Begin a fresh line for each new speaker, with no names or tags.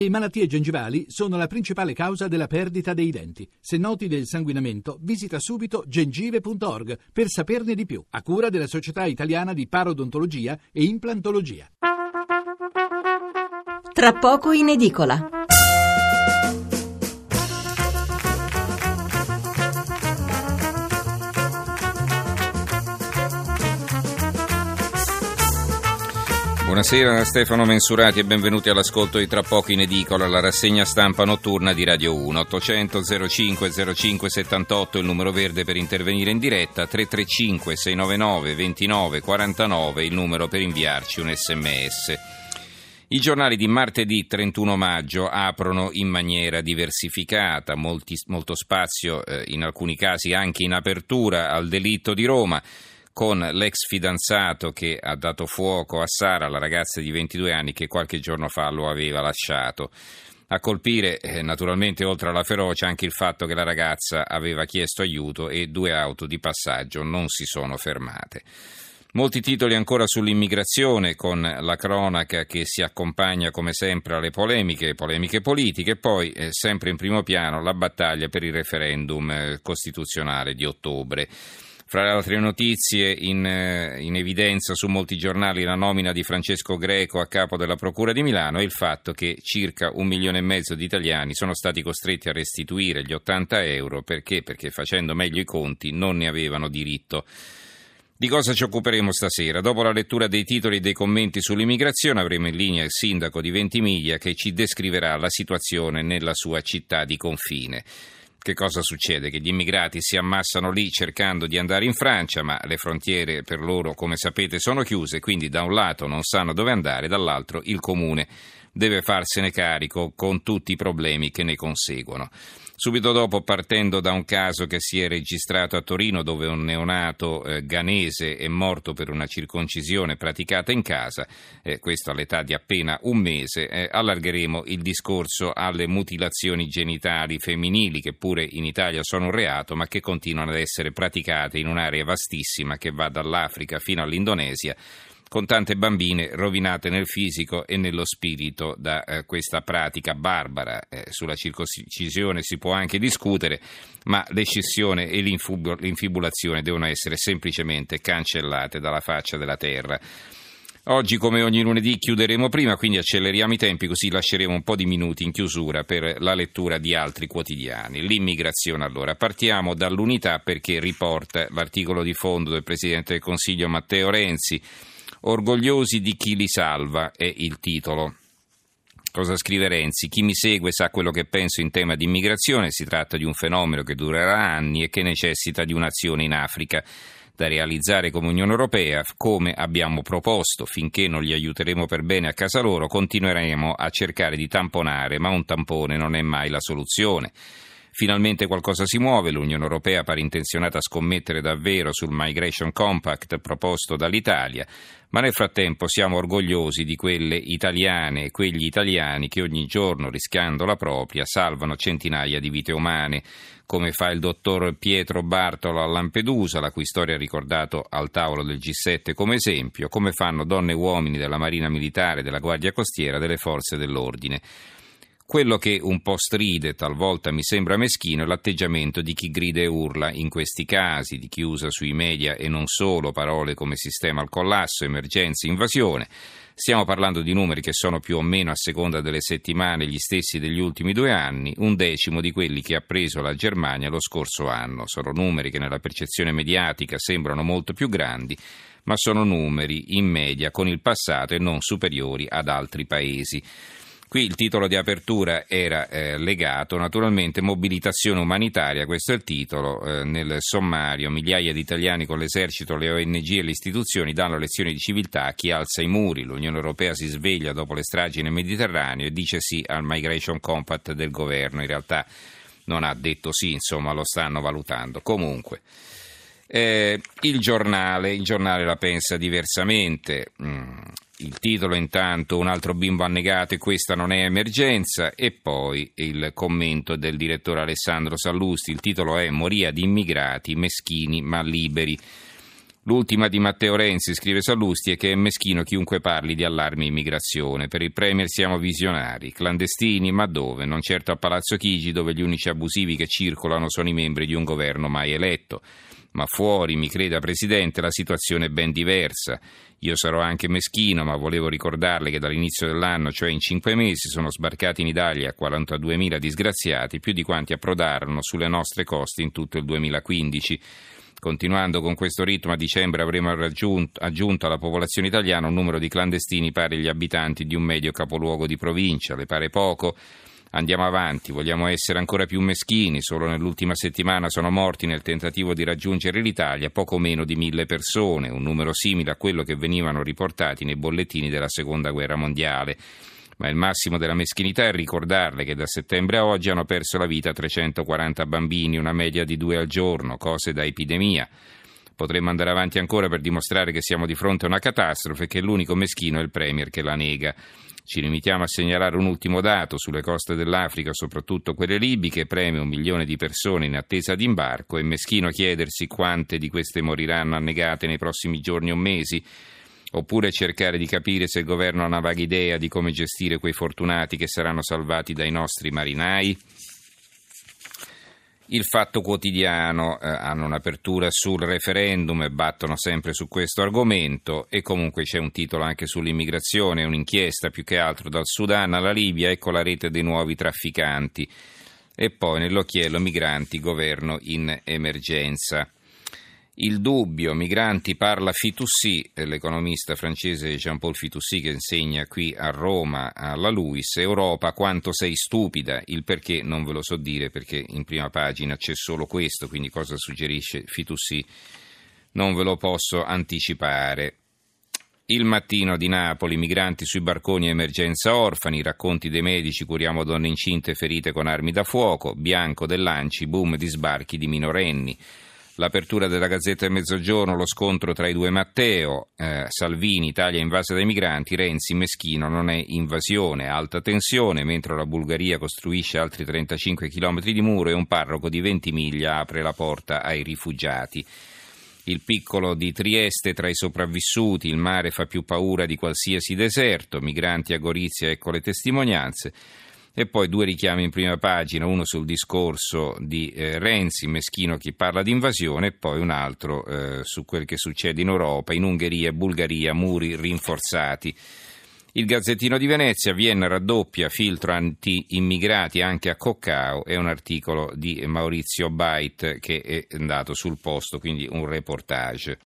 Le malattie gengivali sono la principale causa della perdita dei denti. Se noti del sanguinamento, visita subito gengive.org per saperne di più, a cura della Società Italiana di Parodontologia e Implantologia.
Tra poco in edicola.
Buonasera da Stefano Mensurati e benvenuti all'ascolto di Tra poco in edicola, la rassegna stampa notturna di Radio 1. 800 05 05 78 il numero verde per intervenire in diretta, 335 699 29 49 il numero per inviarci un sms. I giornali di martedì 31 maggio aprono in maniera diversificata, molto spazio, in alcuni casi anche in apertura, al delitto di Roma, con l'ex fidanzato che ha dato fuoco a Sara, la ragazza di 22 anni che qualche giorno fa lo aveva lasciato. A colpire, naturalmente, oltre alla ferocia, anche il fatto che la ragazza aveva chiesto aiuto e 2 auto di passaggio non si sono fermate. Molti titoli ancora sull'immigrazione, con la cronaca che si accompagna come sempre alle polemiche politiche, e poi sempre in primo piano la battaglia per il referendum costituzionale di ottobre. Fra le altre notizie, in evidenza su molti giornali la nomina di Francesco Greco a capo della Procura di Milano e il fatto che circa 1,5 milioni di italiani sono stati costretti a restituire gli 80 euro perché facendo meglio i conti non ne avevano diritto. Di cosa ci occuperemo stasera? Dopo la lettura dei titoli e dei commenti sull'immigrazione avremo in linea il sindaco di Ventimiglia che ci descriverà la situazione nella sua città di confine. Che cosa succede? Che gli immigrati si ammassano lì cercando di andare in Francia, ma le frontiere per loro, come sapete, sono chiuse, quindi da un lato non sanno dove andare, dall'altro il comune deve farsene carico con tutti i problemi che ne conseguono. Subito dopo, partendo da un caso che si è registrato a Torino, dove un neonato ghanese è morto per una circoncisione praticata in casa, questo all'età di appena 1 mese, allargheremo il discorso alle mutilazioni genitali femminili, che pure in Italia sono un reato, ma che continuano ad essere praticate in un'area vastissima che va dall'Africa fino all'Indonesia, con tante bambine rovinate nel fisico e nello spirito da questa pratica barbara. Sulla circoncisione si può anche discutere, ma l'escissione e l'infibulazione devono essere semplicemente cancellate dalla faccia della terra. Oggi, come ogni lunedì, chiuderemo prima, quindi acceleriamo i tempi, così lasceremo un po' di minuti in chiusura per la lettura di altri quotidiani. L'immigrazione, allora. Partiamo dall'Unità, perché riporta l'articolo di fondo del Presidente del Consiglio Matteo Renzi. Orgogliosi di chi li salva è il titolo. Cosa scrive Renzi? Chi mi segue sa quello che penso in tema di immigrazione. Si tratta di un fenomeno che durerà anni e che necessita di un'azione in Africa da realizzare come Unione Europea, come abbiamo proposto. Finché non li aiuteremo per bene a casa loro, continueremo a cercare di tamponare, ma un tampone non è mai la soluzione. Finalmente qualcosa si muove, l'Unione Europea pare intenzionata a scommettere davvero sul Migration Compact proposto dall'Italia, ma nel frattempo siamo orgogliosi di quelle italiane e quegli italiani che ogni giorno, rischiando la propria, salvano centinaia di vite umane, come fa il dottor Pietro Bartolo a Lampedusa, la cui storia ha ricordato al tavolo del G7 come esempio, come fanno donne e uomini della Marina Militare, della Guardia Costiera, delle Forze dell'Ordine. Quello che un po' stride, talvolta mi sembra meschino, è l'atteggiamento di chi grida e urla in questi casi, di chi usa sui media e non solo parole come sistema al collasso, emergenza, invasione. Stiamo parlando di numeri che sono più o meno, a seconda delle settimane, gli stessi degli ultimi 2 anni, 1/10 di quelli che ha preso la Germania lo scorso anno. Sono numeri che nella percezione mediatica sembrano molto più grandi, ma sono numeri in media con il passato e non superiori ad altri paesi. Qui il titolo di apertura era legato, naturalmente, mobilitazione umanitaria, questo è il titolo. Nel sommario, migliaia di italiani con l'esercito, le ONG e le istituzioni danno lezioni di civiltà a chi alza i muri. L'Unione Europea si sveglia dopo le stragi nel Mediterraneo e dice sì al Migration Compact del governo. In realtà non ha detto sì, insomma lo stanno valutando. Comunque. Il giornale la pensa diversamente. Il titolo intanto: un altro bimbo annegato e questa non è emergenza, e poi il commento del direttore Alessandro Sallusti. Il titolo è: moria di immigrati meschini ma liberi. L'ultima di Matteo Renzi, scrive Sallusti, è che è meschino chiunque parli di allarme immigrazione. Per il Premier siamo visionari. Clandestini, ma dove? Non certo a Palazzo Chigi, dove gli unici abusivi che circolano sono i membri di un governo mai eletto. Ma fuori, mi creda Presidente, la situazione è ben diversa. Io sarò anche meschino, ma volevo ricordarle che dall'inizio dell'anno, cioè in 5 mesi, sono sbarcati in Italia 42.000 disgraziati, più di quanti approdarono sulle nostre coste in tutto il 2015. Continuando con questo ritmo, a dicembre avremo aggiunto alla popolazione italiana un numero di clandestini pari agli abitanti di un medio capoluogo di provincia. Le pare poco? Andiamo avanti, vogliamo essere ancora più meschini. Solo nell'ultima settimana sono morti nel tentativo di raggiungere l'Italia poco meno di 1.000 persone, un numero simile a quello che venivano riportati nei bollettini della Seconda Guerra Mondiale. Ma il massimo della meschinità è ricordarle che da settembre a oggi hanno perso la vita 340 bambini, una media di 2 al giorno, cose da epidemia. Potremmo andare avanti ancora per dimostrare che siamo di fronte a una catastrofe e che l'unico meschino è il Premier che la nega. Ci limitiamo a segnalare un ultimo dato: sulle coste dell'Africa, soprattutto quelle libiche, preme 1 milione di persone in attesa di imbarco. È meschino chiedersi quante di queste moriranno annegate nei prossimi giorni o mesi. Oppure cercare di capire se il governo ha una vaga idea di come gestire quei fortunati che saranno salvati dai nostri marinai? Il Fatto Quotidiano hanno un'apertura sul referendum e battono sempre su questo argomento, e comunque c'è un titolo anche sull'immigrazione, un'inchiesta più che altro dal Sudan alla Libia, ecco la rete dei nuovi trafficanti. E poi nell'occhiello migranti, governo in emergenza. Il dubbio, migranti parla Fitoussi, l'economista francese Jean-Paul Fitoussi che insegna qui a Roma alla LUISS. Europa, quanto sei stupida, il perché non ve lo so dire perché in prima pagina c'è solo questo, quindi cosa suggerisce Fitoussi non ve lo posso anticipare. Il Mattino di Napoli, migranti sui barconi, emergenza orfani, racconti dei medici, curiamo donne incinte ferite con armi da fuoco. Bianco dell'Anci, boom di sbarchi di minorenni. L'apertura della Gazzetta del Mezzogiorno, lo scontro tra i due Matteo, Salvini, Italia invasa dai migranti, Renzi, meschino non è invasione, alta tensione, mentre la Bulgaria costruisce altri 35 chilometri di muro e un parroco di Ventimiglia apre la porta ai rifugiati. Il piccolo di Trieste tra i sopravvissuti, il mare fa più paura di qualsiasi deserto, migranti a Gorizia, ecco le testimonianze. E poi 2 richiami in prima pagina, uno sul discorso di Renzi, meschino chi parla di invasione, e poi un altro su quel che succede in Europa, in Ungheria e Bulgaria, muri rinforzati. Il Gazzettino di Venezia, Vienna raddoppia, filtro anti-immigrati anche a Coccao, è un articolo di Maurizio Bait che è andato sul posto, quindi un reportage.